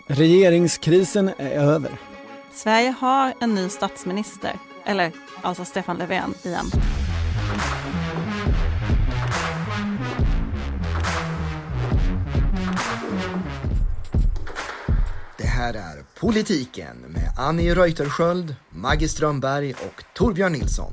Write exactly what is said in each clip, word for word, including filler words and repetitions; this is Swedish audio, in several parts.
Regeringskrisen är över. Sverige har en ny statsminister, eller alltså Stefan Löfven igen. Det här är Politiken med Annie Reuterskiöld, Maggie Strömberg och Torbjörn Nilsson.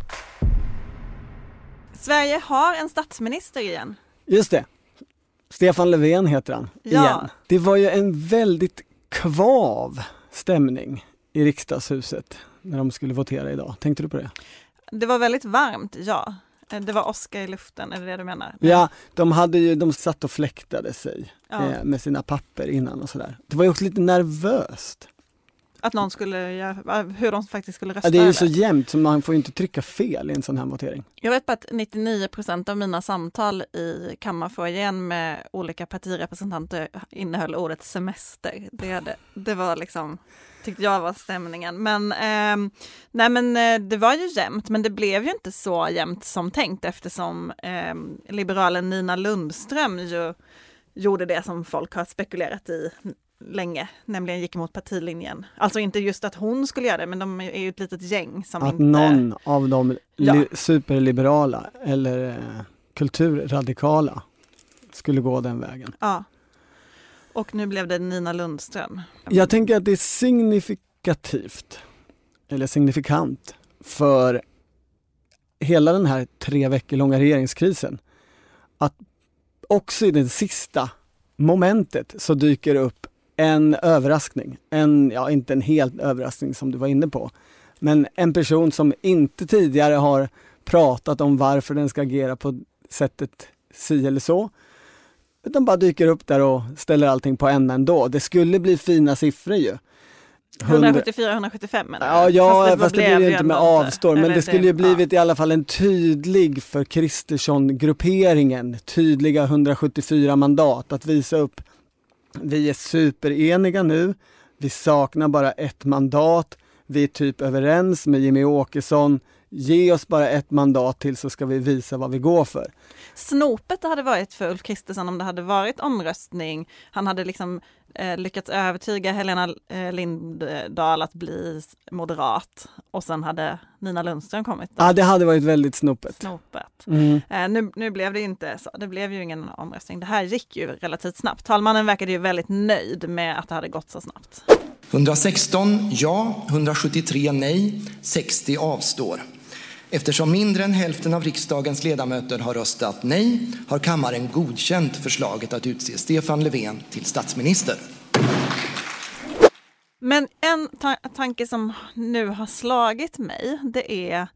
Sverige har en statsminister igen. Just det. Stefan Löfven heter han Ja. igen. Det var ju en väldigt kvav stämning i riksdagshuset när de skulle votera idag. Tänkte du på det? Det var väldigt varmt, ja. Det var Oscar i luften, är det det du menar? Ja, de, hade ju, de satt och fläktade sig Ja. eh, med sina papper innan och sådär. Det var ju också lite nervöst. Att någon skulle göra, hur de faktiskt skulle rösta. Ja, det är ju över. så jämnt så man får ju inte trycka fel i en sån här votering. Jag vet bara att nittionio procent av mina samtal i kammarfoajén med olika partirepresentanter innehöll ordet semester. Det, det, det var liksom, tyckte jag var stämningen. Men, eh, nej men eh, det var ju jämnt, men det blev ju inte så jämnt som tänkt eftersom eh, liberalen Nina Lundström ju gjorde det som folk har spekulerat i länge, nämligen gick emot partilinjen. Alltså inte just att hon skulle göra det, men de är ju ett litet gäng som att inte... någon av de Ja. li- superliberala eller eh, kulturradikala skulle gå den vägen. Ja. Och nu blev det Nina Lundström. Jag tänker att det är signifikativt eller signifikant för hela den här tre veckor långa regeringskrisen att också i det sista momentet så dyker upp en överraskning. En, ja, inte en helt överraskning som du var inne på, men en person som inte tidigare har pratat om varför den ska agera på sättet si eller så, utan bara dyker upp där och ställer allting på en ändå. Det skulle bli fina siffror ju. hundrasjuttiofyra hundrasjuttiofem eller? Ja, ja fast det, fast det blev blir ju ju inte med ändå inte. avstår. Men Eller det skulle ju blivit ja. i alla fall en tydlig för Kristersson-grupperingen, tydliga hundrasjuttiofyra mandat att visa upp. Vi är supereniga nu. Vi saknar bara ett mandat. Vi är typ överens med Jimmy Åkesson. Ge oss bara ett mandat till så ska vi visa vad vi går för. Snopet det hade varit för Ulf Kristersson om det hade varit omröstning. Han hade liksom eh, lyckats övertyga Helena eh, Lindahl att bli moderat. Och sen hade Nina Lundström kommit. Då. Ja, det hade varit väldigt snopet. Snopet. Mm. Eh, nu, nu blev det ju inte så. Det blev ju ingen omröstning. Det här gick ju relativt snabbt. Talmannen verkade ju väldigt nöjd med att det hade gått så snabbt. hundrasexton ja, hundrasjuttiotre nej, sextio avstår. Eftersom mindre än hälften av riksdagens ledamöter har röstat nej har kammaren godkänt förslaget att utse Stefan Löfven till statsminister. Men en ta- tanke som nu har slagit mig, det är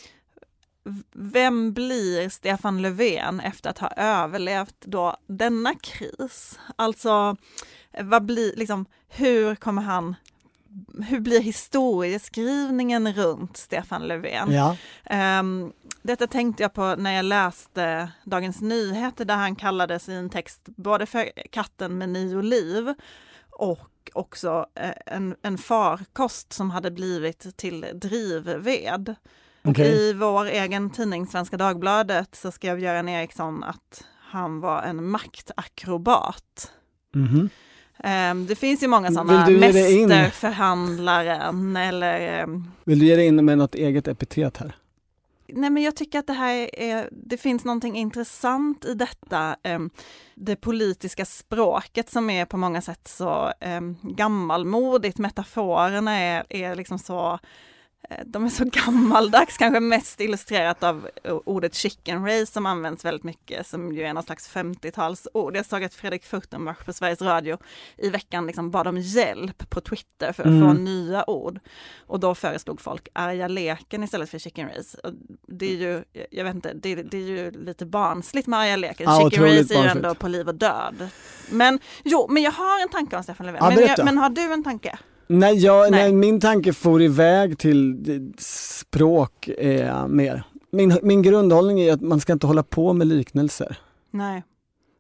vem blir Stefan Löfven efter att ha överlevt då denna kris? Alltså, vad blir, liksom, hur kommer han, hur blir historieskrivningen runt Stefan Löfven? Ja. Um, detta tänkte jag på när jag läste Dagens Nyheter där han kallade sin text både för katten med nio liv och också eh, en, en farkost som hade blivit till drivved. Okay. I vår egen tidning Svenska Dagbladet så skrev Göran Eriksson att han var en maktakrobat. Mhm. Um, det finns ju många sådana Vill du ge dig in? mästerförhandlaren eller... Um, Vill du ge dig in med något eget epitet här? Nej, men jag tycker att det här är, det finns någonting intressant i detta, um, det politiska språket som är på många sätt så um, gammalmodigt. Metaforerna är, är liksom så, de är så gammaldags, kanske mest illustrerat av ordet chicken race som används väldigt mycket, som ju är någon slags femtiotalsord. Jag såg att Fredrik Furtenbach på Sveriges Radio i veckan liksom bad om hjälp på Twitter för att Mm. få nya ord. Och då föreslog folk arga leken istället för chicken race. Och det är ju, jag vet inte, det är, det är ju lite barnsligt med arga leken. Ja, chicken otroligt race är ju barnsligt. ändå på liv och död. Men jo, men jag har en tanke om Stefan Löfven. Ja, men, berätta. jag, men har du en tanke? Nej, jag, nej. Nej. min tanke får iväg till språk eh, mer. Min, min grundhållning är att man ska inte hålla på med liknelser. Nej.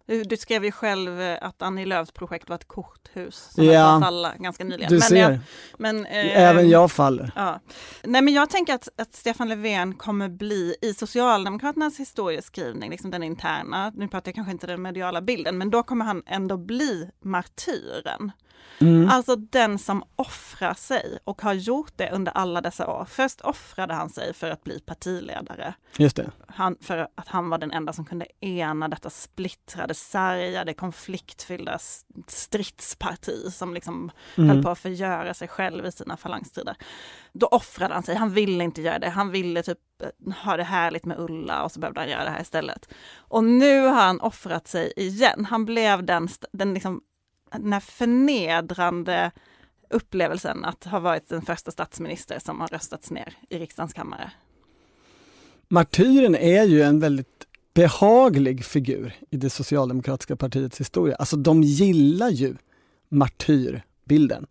Du, du skrev ju själv att Annie Lööfs projekt var ett korthus som ja, var falla ganska nyligen. Du men ser, jag, men, eh, även jag faller. Ja. Nej, men jag tänker att, att Stefan Löfven kommer bli i Socialdemokraternas historieskrivning, liksom den interna, nu pratar jag kanske inte den mediala bilden, men då kommer han ändå bli martyren. Mm. Alltså den som offrar sig och har gjort det under alla dessa år. Först offrade han sig för att bli partiledare. Just det. Han, för att han var den enda som kunde ena detta splittrade, sargade, konfliktfyllda stridsparti som liksom mm. höll på att förgöra sig själv i sina falangstrider. Då offrade han sig. Han ville inte göra det. Han ville typ ha det härligt med Ulla och så behövde han göra det här istället. Och nu har han offrat sig igen. Han blev den, den liksom den här förnedrande upplevelsen att ha varit den första statsminister som har röstats ner i riksdagens kammare. Martyren är ju en väldigt behaglig figur i det socialdemokratiska partiets historia. Alltså de gillar ju martyrbilden.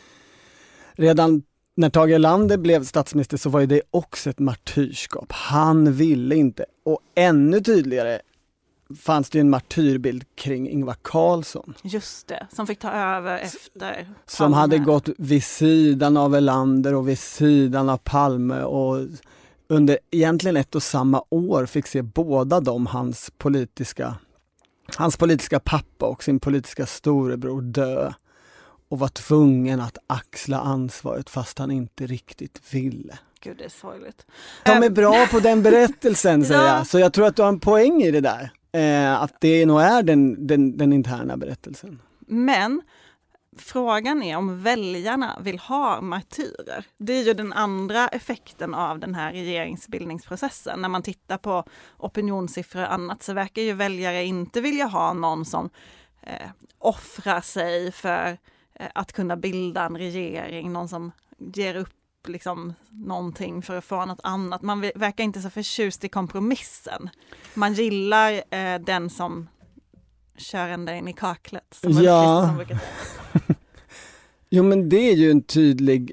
Redan när Tage Erlander blev statsminister så var ju det också ett martyrskap. Han ville inte. Och ännu tydligare fanns det ju en martyrbild kring Ingvar Carlsson. Just det, som fick ta över efter Som Palme. hade gått vid sidan av Erlander och vid sidan av Palme och under egentligen ett och samma år fick se båda dem, hans politiska, hans politiska pappa och sin politiska storebror dö och var tvungen att axla ansvaret fast han inte riktigt ville. Gud, det är sorgligt. De är bra på den berättelsen, säger jag. Så jag tror att du har en poäng i det där. Eh, att det nog är den, den, den interna berättelsen. Men frågan är om väljarna vill ha martyrer. Det är ju den andra effekten av den här regeringsbildningsprocessen. När man tittar på opinionssiffror och annat så verkar ju väljare inte vilja ha någon som eh, offrar sig för eh, att kunna bilda en regering. Någon som ger upp liksom någonting för att få något annat. Man verkar inte så förtjust i kompromissen. Man gillar eh, den som kör ända in i kaklet. Som ja. Som brukar säga. Jo, men det är ju en tydlig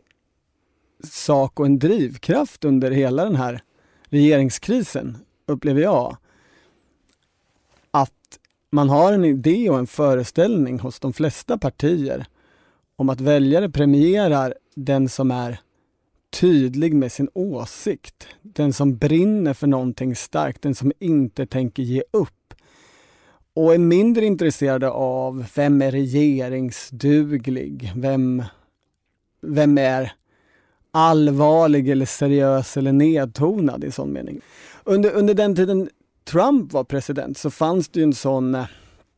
sak och en drivkraft under hela den här regeringskrisen, upplever jag. Att man har en idé och en föreställning hos de flesta partier om att väljare premierar den som är tydlig med sin åsikt. Den som brinner för någonting starkt. Den som inte tänker ge upp. Och är mindre intresserade av vem är regeringsduglig. Vem, vem är allvarlig eller seriös eller nedtonad i sån mening. Under, under den tiden Trump var president så fanns det ju en sån eh,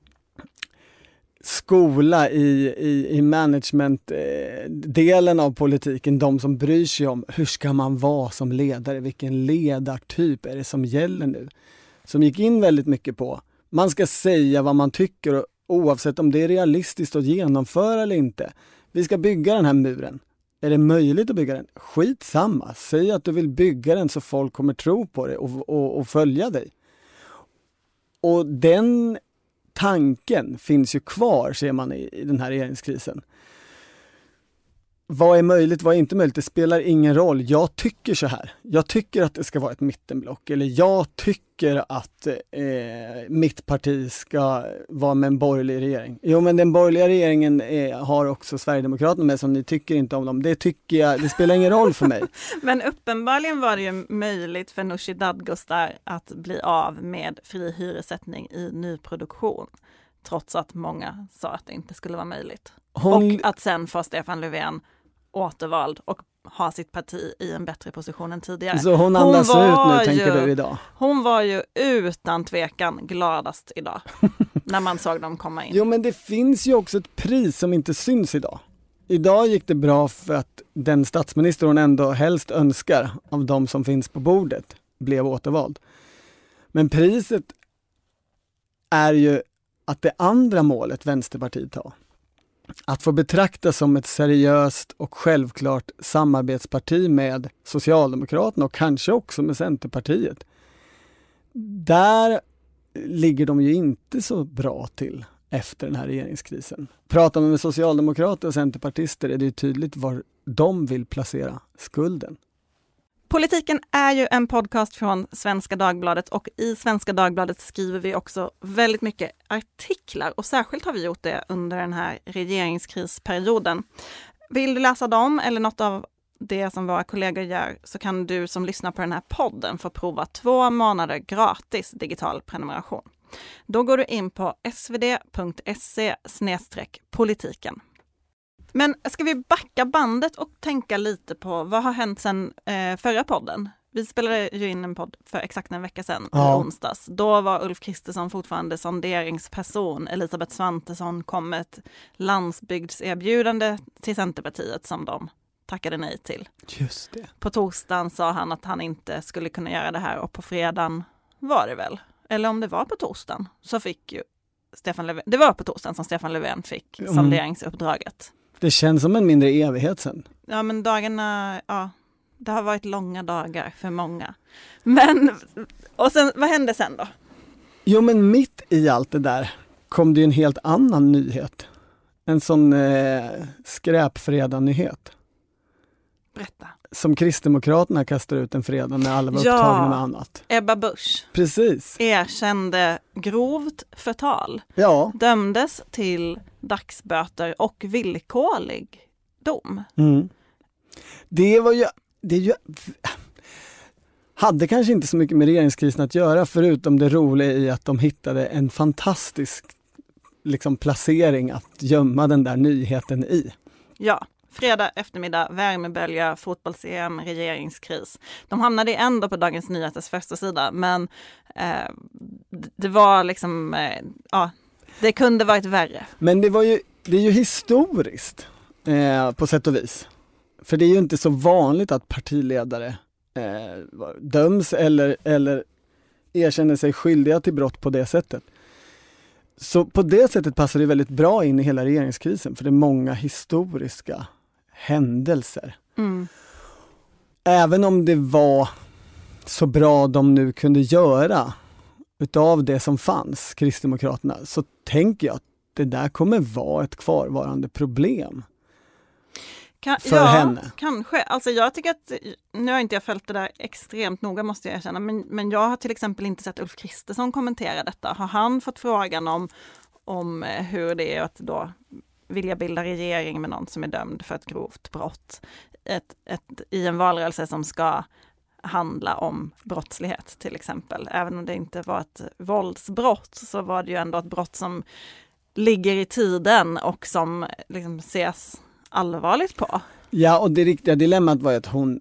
skola i, i, i management-delen eh, av politiken, de som bryr sig om hur ska man vara som ledare, vilken ledartyp är det som gäller nu. Som gick in väldigt mycket på, man ska säga vad man tycker och, oavsett om det är realistiskt att genomföra eller inte. Vi ska bygga den här muren. Är det möjligt att bygga den? Skitsamma. Säg att du vill bygga den så folk kommer tro på det och, och, och följa dig. Och den tanken finns ju kvar, ser man i, i den här regeringskrisen. Vad är möjligt, vad är inte möjligt? Det spelar ingen roll. Jag tycker så här. Jag tycker att det ska vara ett mittenblock. Eller jag tycker att eh, mitt parti ska vara med en borgerlig regering. Jo, men den borgerliga regeringen är, har också Sverigedemokraterna med som ni tycker inte om dem. Det tycker jag, det spelar ingen roll för mig. Men uppenbarligen var det ju möjligt för Nooshi Dadgostar att bli av med fri hyressättning i nyproduktion. Trots att många sa att det inte skulle vara möjligt. Hon... Och att sen få Stefan Löfven återvald och ha sitt parti i en bättre position än tidigare. Så hon andas hon ut nu, tänker ju, du, idag? Hon var ju utan tvekan gladast idag när man såg dem komma in. Jo, men det finns ju också ett pris som inte syns idag. Idag gick det bra för att den statsminister hon ändå helst önskar av de som finns på bordet blev återvald. Men priset är ju att det andra målet Vänsterpartiet har, att få betraktas som ett seriöst och självklart samarbetsparti med Socialdemokraterna och kanske också med Centerpartiet. Där ligger de ju inte så bra till efter den här regeringskrisen. Pratar man med socialdemokrater och centerpartister är det ju tydligt var de vill placera skulden. Politiken är ju en podcast från Svenska Dagbladet och i Svenska Dagbladet skriver vi också väldigt mycket artiklar och särskilt har vi gjort det under den här regeringskrisperioden. Vill du läsa dem eller något av det som våra kollegor gör så kan du som lyssnar på den här podden få prova två månader gratis digital prenumeration. Då går du in på svd.se snedstreck politiken. Men ska vi backa bandet och tänka lite på vad har hänt sedan eh, förra podden? Vi spelade ju in en podd för exakt en vecka sedan, ja. i onsdags. Då var Ulf Kristersson fortfarande sonderingsperson. Elisabeth Svantesson kom med ett landsbygdserbjudande till Centerpartiet som de tackade nej till. Just det. På torsdagen sa han att han inte skulle kunna göra det här och på fredagen var det väl. Eller om det var på torsdagen så fick ju Stefan Löfven, det var på torsdagen som Stefan Löfven fick mm. sonderingsuppdraget. Det känns som en mindre evighet sen. Ja, men dagarna, ja, det har varit långa dagar för många. Men, och sen, vad hände sen då? Jo, men mitt i allt det där kom det en helt annan nyhet. En sån eh, skräpfredag-nyhet. Berätta. Som Kristdemokraterna kastar ut en fredag när alla var ja, upptagna med annat. Ebba Busch. Precis. Erkände grovt förtal. Ja. Dömdes till dagsböter och villkorlig dom. Mm. Det var ju, det är ju hade kanske inte så mycket med regeringskrisen att göra förutom det roliga i att de hittade en fantastisk liksom, placering att gömma den där nyheten i. Ja. Fredag eftermiddag, värmebölja, fotbolls-E M, regeringskris. De hamnade ändå på Dagens Nyheters första sida, men eh, det var liksom, eh, ja, det kunde varit värre. Men det var ju, det är ju historiskt eh, på sätt och vis. För det är ju inte så vanligt att partiledare eh, döms eller, eller erkänner sig skyldiga till brott på det sättet. Så på det sättet passar det väldigt bra in i hela regeringskrisen, för det är många historiska händelser. Mm. Även om det var så bra de nu kunde göra utav det som fanns, Kristdemokraterna, så tänker jag att det där kommer vara ett kvarvarande problem kan, för ja, henne. Kanske. Alltså jag tycker att, nu har inte jag följt det där extremt noga måste jag erkänna, men, men jag har till exempel inte sett Ulf Kristersson kommentera detta. Har han fått frågan om, om hur det är att då vilja bilda regering med någon som är dömd för ett grovt brott ett, ett, i en valrörelse som ska handla om brottslighet till exempel. Även om det inte var ett våldsbrott så var det ju ändå ett brott som ligger i tiden och som liksom ses allvarligt på. Ja, och det riktiga dilemmat var att hon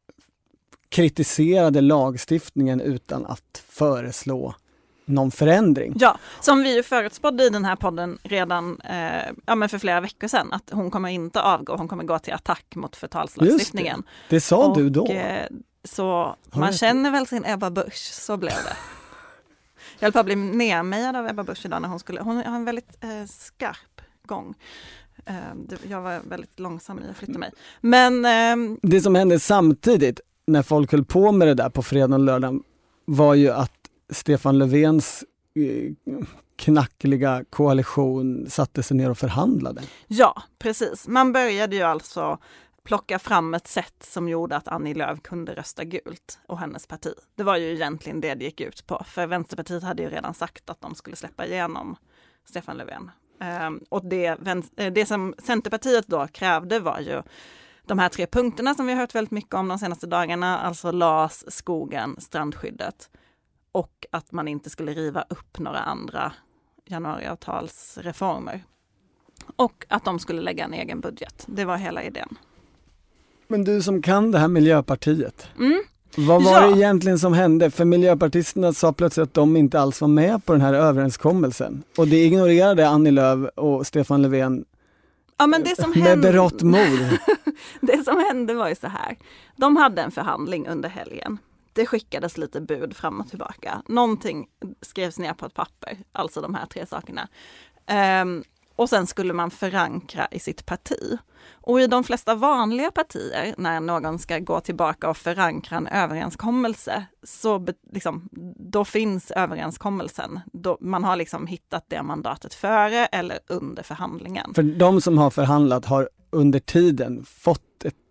kritiserade lagstiftningen utan att föreslå någon förändring. Ja, som vi ju förutspådde i den här podden redan eh, ja, men för flera veckor sedan, att hon kommer inte avgå, hon kommer gå till attack mot förtalslagstiftningen. Just det. Det sa och, du då. Eh, så man känner väl sin Ebba Busch, så blev det. Jag höll på att bli nedmejad av Ebba Busch idag när hon skulle, hon har en väldigt eh, skarp gång. Eh, det, jag var väldigt långsam i att flytta mig. Men eh, det som hände samtidigt när folk höll på med det där på fredag och lördag var ju att Stefan Löfvens eh, knackliga koalition satte sig ner och förhandlade. Ja, precis. Man började ju alltså plocka fram ett sätt som gjorde att Annie Lööf kunde rösta gult och hennes parti. Det var ju egentligen det det gick ut på. För Vänsterpartiet hade ju redan sagt att de skulle släppa igenom Stefan Löfven. Um, och det, det som Centerpartiet då krävde var ju de här tre punkterna som vi har hört väldigt mycket om de senaste dagarna. Alltså L A S, skogen, strandskyddet. Och att man inte skulle riva upp några andra januariavtalsreformer. Och att de skulle lägga en egen budget. Det var hela idén. Men du som kan det här Miljöpartiet. Mm. Vad var ja. det egentligen som hände? För miljöpartisterna sa plötsligt att de inte alls var med på den här överenskommelsen. Och det ignorerade Annie Lööf och Stefan Löfven ja, men det som med hände... berått mod. Det som hände var ju så här. De hade en förhandling under helgen. Det skickades lite bud fram och tillbaka. Någonting skrevs ner på ett papper. Alltså de här tre sakerna. Um, och sen skulle man förankra i sitt parti. Och i de flesta vanliga partier, när någon ska gå tillbaka och förankra en överenskommelse, så be, liksom, då finns överenskommelsen. Då, man har liksom hittat det mandatet före eller under förhandlingen. För de som har förhandlat har under tiden fått ett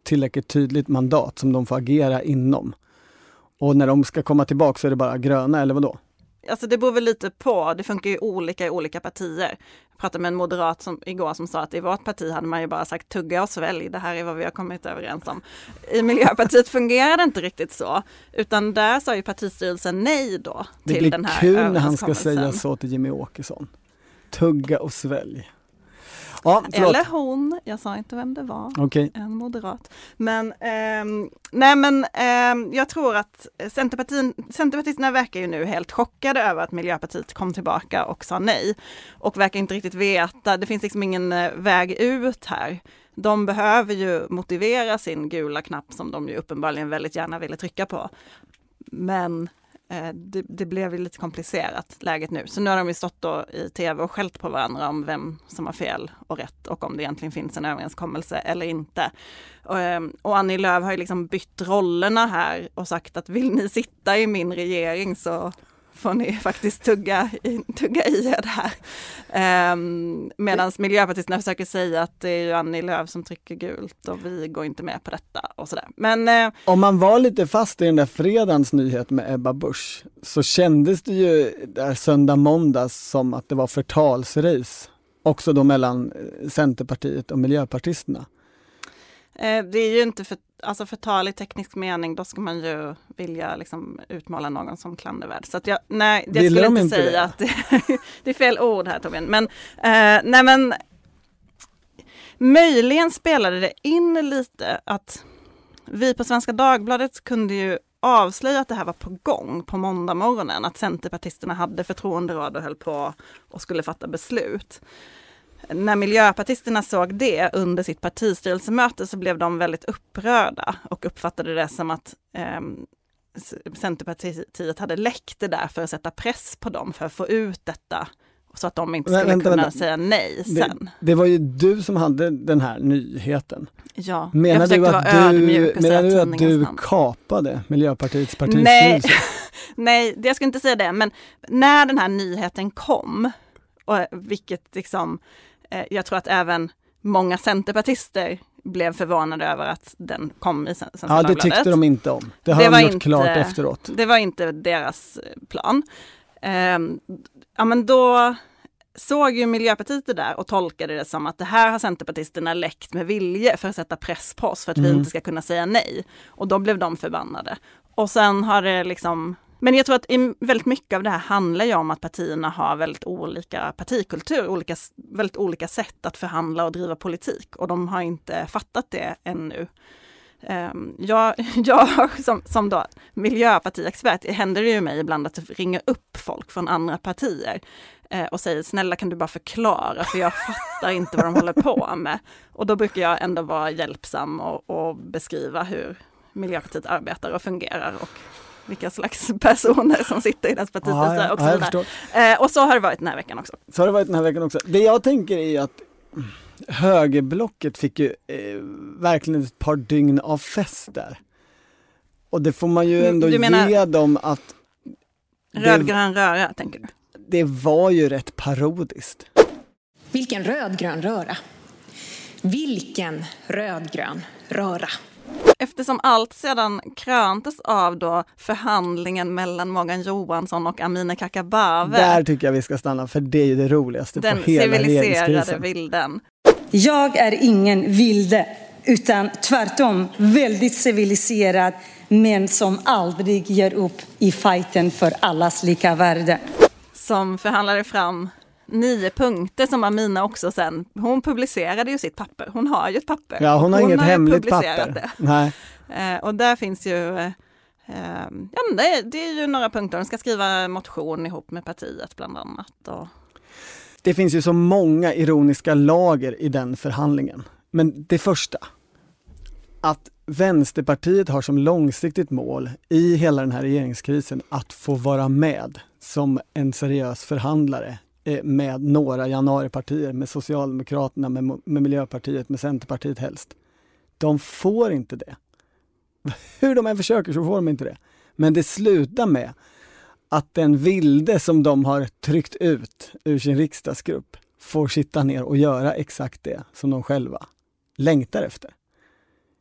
tillräckligt tydligt mandat som de får agera inom. Och när de ska komma tillbaka så är det bara gröna, eller vad då? Alltså det beror väl lite på, det funkar ju olika i olika partier. Jag pratade med en moderat som, igår som sa att i vårt parti hade man ju bara sagt tugga och svälj, det här är vad vi har kommit överens om. I Miljöpartiet fungerar det inte riktigt så, utan där sa ju partistyrelsen nej då till den här överenskommelsen. Det blir kul när han ska säga så till Jimmy Åkesson. Tugga och svälj. Ja, eller hon, jag sa inte vem det var, okay. En moderat. Men, eh, nej men eh, jag tror att Centerpartisterna verkar ju nu helt chockade över att Miljöpartiet kom tillbaka och sa nej. Och verkar inte riktigt veta, det finns liksom ingen väg ut här. De behöver ju motivera sin gula knapp som de ju uppenbarligen väldigt gärna ville trycka på. Men Det, det blev ju lite komplicerat läget nu. Så nu har de ju stått då i tv och skällt på varandra om vem som har fel och rätt och om det egentligen finns en överenskommelse eller inte. Och, och Annie Lööf har ju liksom bytt rollerna här och sagt att vill ni sitta i min regering så får ni faktiskt tugga i, tugga i er det här. Um, Medan miljöpartisterna försöker säga att det är ju Annie Lööf som trycker gult och vi går inte med på detta och sådär. Men, uh, om man var lite fast i den där fredagens nyhet med Ebba Busch så kändes det ju där söndag måndags som att det var förtalsrace också då mellan Centerpartiet och miljöpartisterna. Uh, det är ju inte för Alltså förtal i teknisk mening, då ska man ju vilja liksom utmåla någon som klandervärd. Så att jag, nej, jag skulle inte, inte säga det? att det, det är fel ord här, Torbjörn. Men, eh, nej men möjligen spelade det in lite att vi på Svenska Dagbladet kunde ju avslöja att det här var på gång på måndag morgonen. Att Centerpartisterna hade förtroenderåd och höll på och skulle fatta beslut. När miljöpartisterna såg det under sitt partistyrelsemöte så blev de väldigt upprörda och uppfattade det som att eh, Centerpartiet hade läckt det där för att sätta press på dem för att få ut detta så att de inte skulle vänta, kunna vänta. säga nej sen. Det, det var ju du som hade den här nyheten. Ja, menar du att du, menar du, att du kapade Miljöpartiets partistyrelse? Nej, nej, jag ska inte säga det. Men när den här nyheten kom, och vilket liksom, eh, jag tror att även många centerpartister blev förvånade över att den kom i Svenska Dagbladet. Ja, det tyckte de inte om. Det har de gjort klart efteråt. Det var inte deras plan. Eh, ja, men då såg ju Miljöpartiet det där och tolkade det som att det här har centerpartisterna läckt med vilje för att sätta press på oss för att mm. vi inte ska kunna säga nej. Och då blev de förbannade. Och sen har det liksom... Men jag tror att väldigt mycket av det här handlar ju om att partierna har väldigt olika partikultur, olika, väldigt olika sätt att förhandla och driva politik. Och de har inte fattat det ännu. Um, jag, jag som, som då miljöpartiexpert, händer det ju mig ibland att ringa upp folk från andra partier eh, och säger snälla kan du bara förklara för jag fattar inte vad de håller på med. Och då brukar jag ändå vara hjälpsam och, och beskriva hur Miljöpartiet arbetar och fungerar och vilka slags personer som sitter i deras partistyrelse ja, ja, och så vidare. Eh, och så har det varit den här veckan också. Så har det varit den här veckan också. Det jag tänker är att högerblocket fick ju eh, verkligen ett par dygn av fest där. Och det får man ju ändå ge dem att... Rödgrön röra, tänker du? Det var ju rätt parodiskt. Vilken rödgrön röra. Vilken rödgrön röra. Eftersom allt sedan kröntes av då förhandlingen mellan Morgan Johansson och Amineh Kakabaveh. Där tycker jag vi ska stanna, för det är ju det roligaste på hela regeringskrisen. Den civiliserade vilden. Jag är ingen vilde, utan tvärtom väldigt civiliserad, men som aldrig ger upp i fighten för allas lika värde. Som förhandlade fram nio punkter som Amina också sen, hon publicerade ju sitt papper. Hon har ju ett papper. Ja, hon har hon inget har hemligt papper. Det. Nej. Eh, och där finns ju, eh, ja men det, det är ju några punkter. Hon ska skriva motion ihop med partiet bland annat. Och... Det finns ju så många ironiska lager i den förhandlingen. Men det första, att Vänsterpartiet har som långsiktigt mål i hela den här regeringskrisen att få vara med som en seriös förhandlare med några januaripartier, med Socialdemokraterna, med, med Miljöpartiet, med Centerpartiet helst. De får inte det. Hur de än försöker så får de inte det. Men det slutar med att den vilde som de har tryckt ut ur sin riksdagsgrupp får sitta ner och göra exakt det som de själva längtar efter.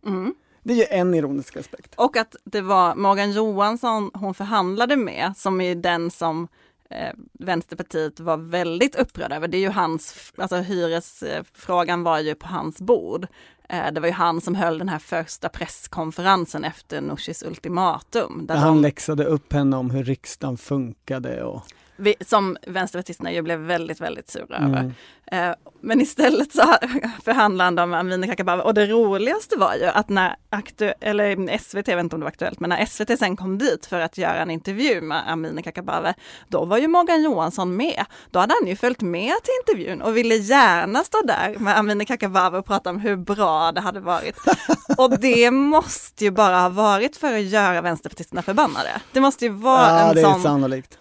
Mm. Det är ju en ironisk aspekt. Och att det var Morgan Johansson hon förhandlade med, som är den som eh, Vänsterpartiet var väldigt upprörd över. Det är ju hans, alltså hyresfrågan var ju på hans bord. Eh, det var ju han som höll den här första presskonferensen efter Nooshis ultimatum. Där Han de, läxade upp henne om hur riksdagen funkade. Och... vi, som vänsterpartisterna ju blev väldigt, väldigt sura Mm. över. Eh, men istället så förhandlade han med Amineh Kakabaveh. Och det roligaste var ju att när aktu- eller S V T, jag vet inte om det var aktuellt, men när S V T sen kom dit för att göra en intervju med Amineh Kakabaveh, då var ju Morgan Johansson med. Då hade han ju följt med till intervjun och ville gärna stå där med Amineh Kakabaveh och prata om hur bra det hade varit. Och det måste ju bara ha varit för att göra vänsterpartisterna förbannade. Det måste ju vara Ja, en det är sån sannolikt.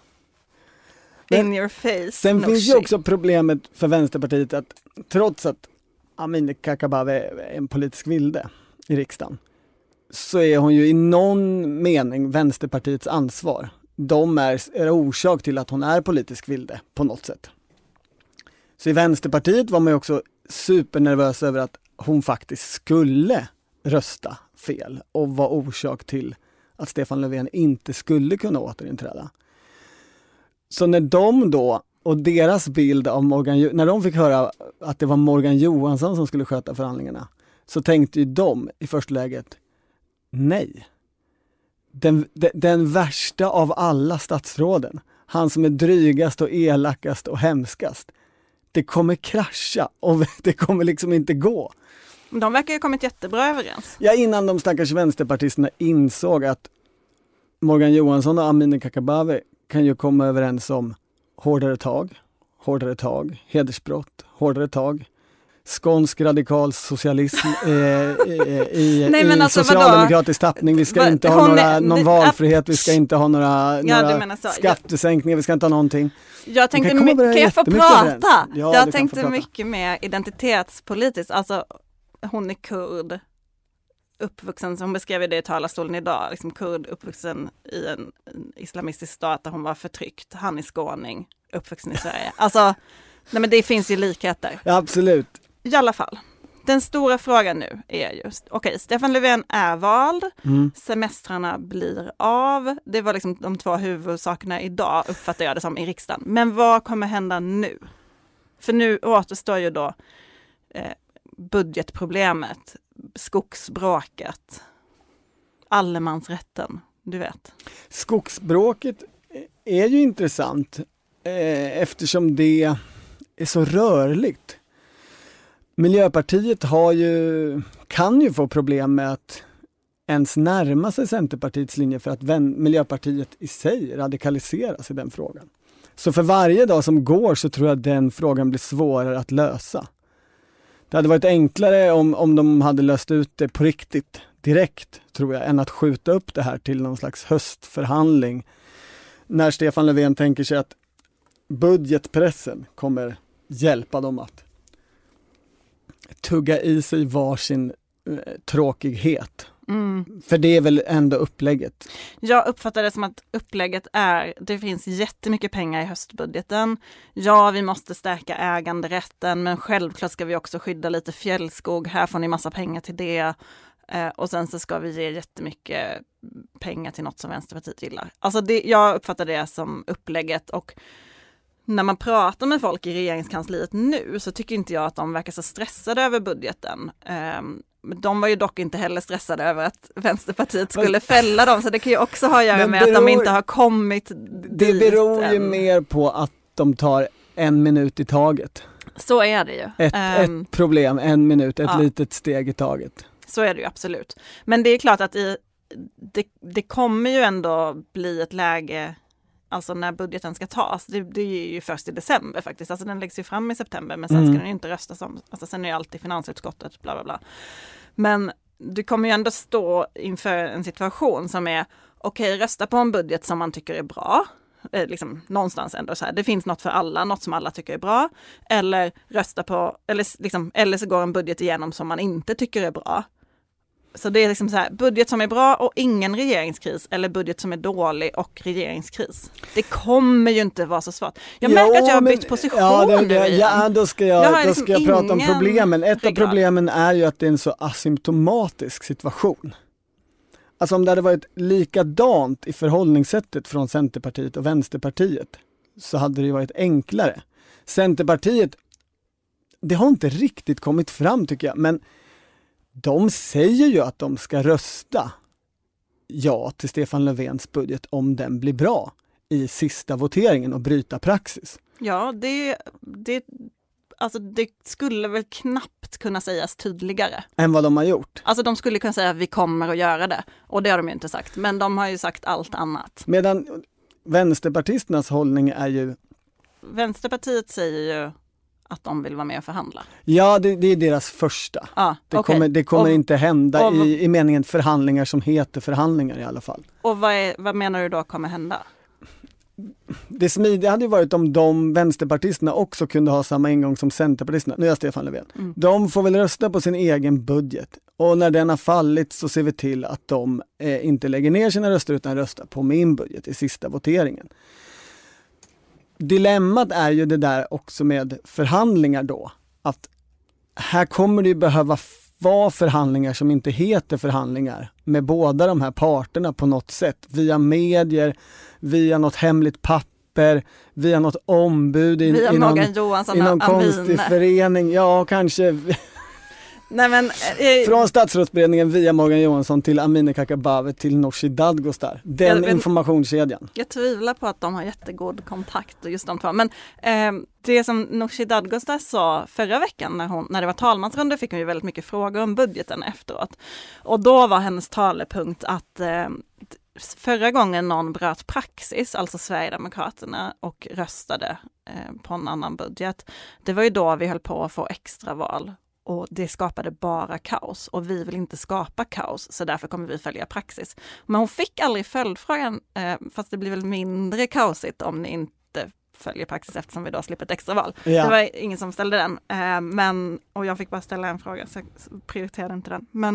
in your face. Sen Nooshi. finns ju också problemet för Vänsterpartiet att trots att Amineh Kakabaveh är en politisk vilde i riksdagen, så är hon ju i någon mening Vänsterpartiets ansvar. De är, är orsak till att hon är politisk vilde på något sätt. Så i Vänsterpartiet var man ju också supernervös över att hon faktiskt skulle rösta fel och var orsak till att Stefan Löfven inte skulle kunna återinträda. Så när de då, och deras bild av Morgan, när de fick höra att det var Morgan Johansson som skulle sköta förhandlingarna, så tänkte ju de i första läget, nej. Den, den, den värsta av alla statsråden, han som är drygast och elakast och hemskast, det kommer krascha och det kommer liksom inte gå. De verkar ju ha kommit jättebra överens. Ja, innan de stackars vänsterpartisterna insåg att Morgan Johansson och Amineh Kakabaveh kan ju komma överens om hårdare tag, hårdare tag, hedersbrott, hårdare tag, skånsk radikal socialism eh, i, i, Nej, men i alltså, socialdemokratisk tappning. Vi ska Va, inte ha hon några, är- någon det- valfrihet, vi ska inte ha några, Ja, du några menar så. Jag- skattesänkningar, vi ska inte ha någonting. Jag tänkte, kan komma my- överens kan jag få jättemycket prata? överens. Ja, du jag kan få tänkte prata. mycket mer identitetspolitiskt. Alltså, hon är kurd, uppvuxen, som hon beskrev det i talarstolen idag, liksom kurd, uppvuxen i en, en islamistisk stat där hon var förtryckt. Han är skåning, uppvuxen i Sverige. Alltså, nej, men det finns ju likheter. Ja, absolut. I alla fall. Den stora frågan nu är just, okej, okay, Stefan Löfven är vald, Mm. semestrarna blir av. Det var liksom de två huvudsakerna idag, uppfattar jag det som, i riksdagen. Men vad kommer hända nu? För nu återstår ju då eh, budgetproblemet, skogsbråket, allemansrätten, du vet. Skogsbråket är ju intressant eh, eftersom det är så rörligt. Miljöpartiet har ju, kan ju få problem med att ens närma sig Centerpartiets linje för att vän, Miljöpartiet i sig radikaliseras i den frågan. Så för varje dag som går så tror jag att den frågan blir svårare att lösa. Det hade varit enklare om, om de hade löst ut det på riktigt direkt, tror jag, än att skjuta upp det här till någon slags höstförhandling. När Stefan Löfven tänker sig att budgetpressen kommer hjälpa dem att tugga i sig varsin eh, tråkighet. Mm. För det är väl ändå upplägget. Jag uppfattar det som att upplägget är, det finns jättemycket pengar i höstbudgeten. Ja, vi måste stärka äganderätten, men självklart ska vi också skydda lite fjällskog. Här får ni massa pengar till det. Eh, och sen så ska vi ge jättemycket pengar till något som Vänsterpartiet gillar. Alltså det, jag uppfattar det som upplägget, och när man pratar med folk i regeringskansliet nu så tycker inte jag att de verkar så stressade över budgeten. Um, de var ju dock inte heller stressade över att Vänsterpartiet skulle fälla dem, så det kan ju också ha att göra Men med beror, att de inte har kommit Det dit beror ju än. mer på att de tar en minut i taget. Så är det ju. Ett, Um, ett problem, en minut, ett ja. litet steg i taget. Så är det ju absolut. Men det är klart att i, det, det kommer ju ändå bli ett läge, alltså när budgeten ska tas. Det, det är ju först i december faktiskt. Alltså den läggs ju fram i september, men sen Mm. ska den ju inte röstas om. Alltså sen är ju alltid finansutskottet, bla bla bla. Men du kommer ju ändå stå inför en situation som är, okej, okay, rösta på en budget som man tycker är bra. Eh, liksom någonstans ändå så här, det finns något för alla, något som alla tycker är bra. Eller rösta på, eller, liksom, eller så går en budget igenom som man inte tycker är bra. Så det är liksom så här, budget som är bra och ingen regeringskris, eller budget som är dålig och regeringskris. Det kommer ju inte vara så svårt. Jag Jo, märker att jag har men- bytt position ja, det, nu det, igen. ja, då ska jag, Jag har då liksom ska jag prata om ingen problemen. Ett av ryggrad. problemen är ju att det är en så asymptomatisk situation. Alltså om det hade varit likadant i förhållningssättet från Centerpartiet och Vänsterpartiet så hade det ju varit enklare. Centerpartiet, det har inte riktigt kommit fram tycker jag, men de säger ju att de ska rösta ja till Stefan Löfvens budget om den blir bra i sista voteringen och bryta praxis. Ja, det, det, alltså det skulle väl knappt kunna sägas tydligare. Än vad de har gjort. Alltså de skulle kunna säga att vi kommer att göra det. Och det har de ju inte sagt. Men de har ju sagt allt annat. Medan vänsterpartisternas hållning är ju, Vänsterpartiet säger ju att de vill vara med och förhandla. ja det, det är deras första. Ja, Det okej. kommer, det kommer och, inte hända och- i, i meningen förhandlingar som heter förhandlingar i alla fall. Och vad, är, vad menar du då kommer hända? Det smidiga hade ju varit om de vänsterpartisterna också kunde ha samma ingång som centerpartisterna. Nu är jag Stefan Löfven. Mm. De får väl rösta på sin egen budget. Och när den har fallit så ser vi till att de eh, inte lägger ner sina röster utan röstar på min budget i sista voteringen. Dilemmat är ju det där också med förhandlingar då. Att här kommer det ju behöva vara förhandlingar som inte heter förhandlingar med båda de här parterna på något sätt. Via medier, via något hemligt papper, via något ombud i, Via i någon, Morgan Johansson i någon och konstig Amine. förening. Ja, kanske Nej, men, eh, från statsrådsberedningen via Morgan Johansson till Amineh Kakabaveh till Nooshi Dadgostar. Den Ja, men- informationskedjan. jag tvivlar på att de har jättegod kontakt, just de två. Men eh, det som Nooshi Dadgostar sa förra veckan när, hon, när det var talmansrunda fick hon ju väldigt mycket frågor om budgeten efteråt. Och då var hennes talepunkt att eh, förra gången någon bröt praxis, alltså Sverigedemokraterna, och röstade eh, på en annan budget, det var ju då vi höll på att få extraval. Och det skapade bara kaos och vi vill inte skapa kaos så därför kommer vi följa praxis. Men hon fick aldrig följdfrågan, eh, fast det blir väl mindre kaosigt om ni inte följer praxis eftersom vi då slipper ett extraval. Ja. Det var ingen som ställde den, eh, men, och jag fick bara ställa en fråga så jag prioriterade inte den. Men,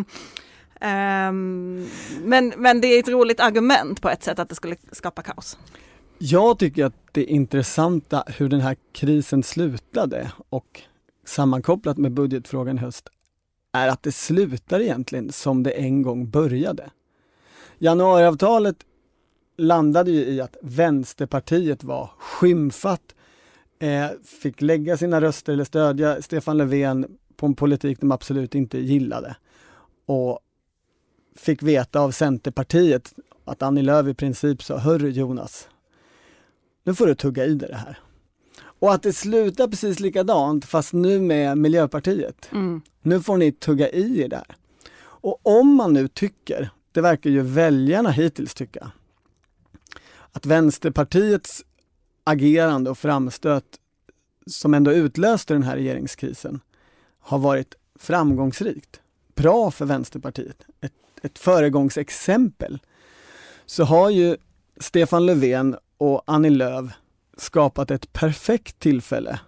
ehm, men, men det är ett roligt argument på ett sätt att det skulle skapa kaos. Jag tycker att det är intressanta hur den här krisen slutade och sammankopplat med budgetfrågan i höst är att det slutar egentligen som det en gång började. Januariavtalet landade ju i att Vänsterpartiet var skymfat, eh, fick lägga sina röster eller stödja Stefan Löfven på en politik de absolut inte gillade och fick veta av Centerpartiet att Annie Lööf i princip sa, hörru Jonas, nu får du tugga i dig det här. Och att det slutar precis likadant fast nu med Miljöpartiet. Mm. Nu får ni tugga i er där. Och om man nu tycker, det verkar ju väljarna hittills tycka, att Vänsterpartiets agerande och framstöt som ändå utlöste den här regeringskrisen har varit framgångsrikt. Bra för Vänsterpartiet. Ett, ett föregångsexempel. Så har ju Stefan Löfven och Annie Lööf skapat ett perfekt tillfälle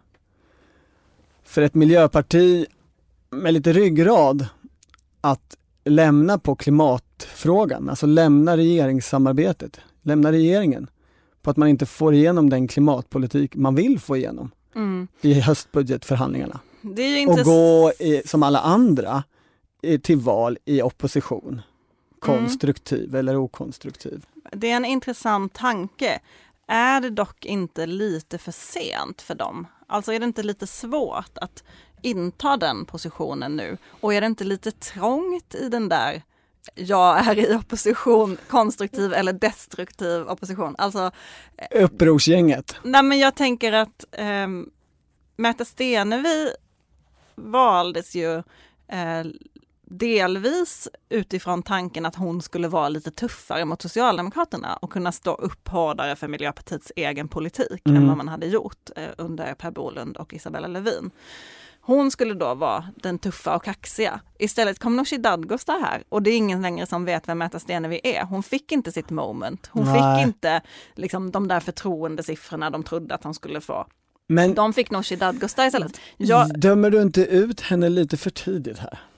för ett miljöparti med lite ryggrad att lämna på klimatfrågan, alltså lämna regeringssamarbetet, lämna regeringen på att man inte får igenom den klimatpolitik man vill få igenom Mm. i höstbudgetförhandlingarna. Det är ju Och intress- gå i, som alla andra i, till val i opposition. Konstruktiv eller okonstruktiv. Det är en intressant tanke. Är det dock inte lite för sent för dem? Alltså är det inte lite svårt att inta den positionen nu? Och är det inte lite trångt i den där jag är i opposition, konstruktiv eller destruktiv opposition? Alltså, Upprorsgänget. nej men jag tänker att eh, Märta Stenevi valdes ju eh, delvis utifrån tanken att hon skulle vara lite tuffare mot Socialdemokraterna och kunna stå upp hårdare för Miljöpartiets egen politik Mm. än vad man hade gjort eh, under Per Bolund och Isabella Lövin. Hon skulle då vara den tuffa och kaxiga. Istället kom Nooshi Dadgostar här och det är ingen längre som vet vem Märta Stenevi är. Hon fick inte sitt moment. Hon Nej. fick inte liksom, de där förtroendesiffrorna de trodde att hon skulle få. Men De fick Nooshi Dadgostar istället. Jag, dömer du inte ut henne lite för tidigt här?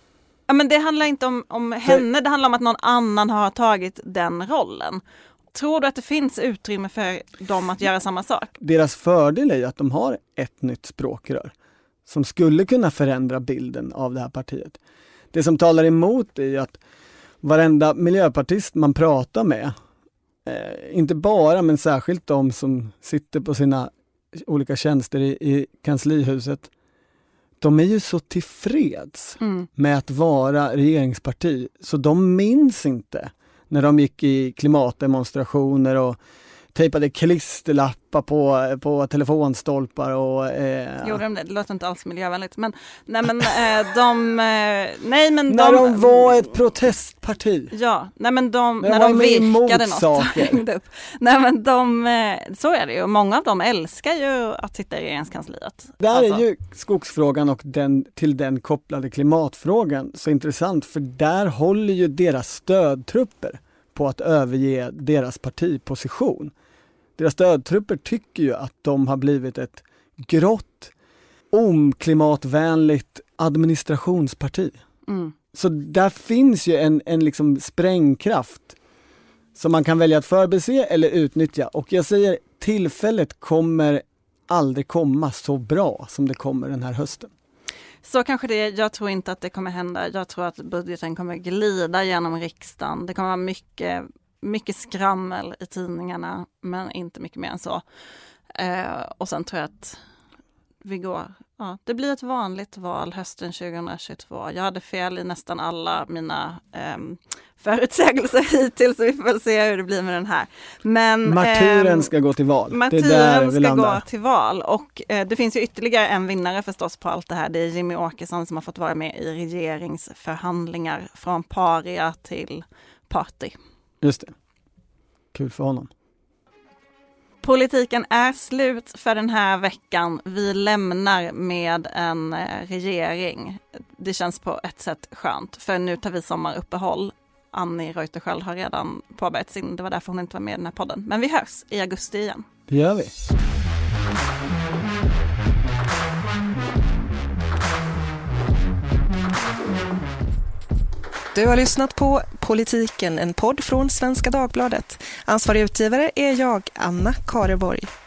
Ja, men det handlar inte om, om henne, för... det handlar om att någon annan har tagit den rollen. Tror du att det finns utrymme för dem att göra samma sak? Deras fördel är ju att de har ett nytt språkrör som skulle kunna förändra bilden av det här partiet. Det som talar emot är ju att varenda miljöpartist man pratar med, eh, inte bara men särskilt de som sitter på sina olika tjänster i, i kanslihuset, de är ju så tillfreds mm. med att vara regeringsparti så de minns inte när de gick i klimatdemonstrationer och tejpade klisterlappar på, på telefonstolpar och... Eh... Gjorde de det? Det låter inte alls miljövänligt. Men, nej, men eh, de... Eh, nej, men när de, de var ett protestparti. Ja, nej, men de, när, när de, de virkade något. Saker. Upp. Nej, men de... Eh, så är det ju. Många av dem älskar ju att sitta i regeringskansliet. Där alltså. är ju skogsfrågan och den, till den kopplade klimatfrågan så intressant. För där håller ju deras stödtrupper på att överge deras partiposition. Deras stödtrupper tycker ju att de har blivit ett grått, oklimatvänligt administrationsparti. Mm. Så där finns ju en, en liksom sprängkraft som man kan välja att förbise eller utnyttja. Och jag säger, tillfället kommer aldrig komma så bra som det kommer den här hösten. Så kanske det, jag tror inte att det kommer hända. Jag tror att budgeten kommer glida genom riksdagen. Det kommer vara mycket, mycket skrammel i tidningarna, men inte mycket mer än så. Eh, och sen tror jag att vi går, ja, det blir ett vanligt val hösten tjugohundratjugotvå. Jag hade fel i nästan alla mina eh, förutsägelser hittills, så vi får väl se hur det blir med den här. Men, martyren eh, ska gå till val. Martyren det är där vi ska landar. gå till val. Och eh, det finns ju ytterligare en vinnare förstås på allt det här. Det är Jimmy Åkesson som har fått vara med i regeringsförhandlingar från paria till party. Just det. Kul för honom. Politiken är slut för den här veckan. Vi lämnar med en regering. Det känns på ett sätt skönt, för nu tar vi sommaruppehåll. Annie Reuterskiöld har redan påbörjat sin, det var därför hon inte var med i den här podden. Men vi hörs i augusti igen. Det gör vi. Du har lyssnat på Politiken, en podd från Svenska Dagbladet. Ansvarig utgivare är jag, Anna Kareborg.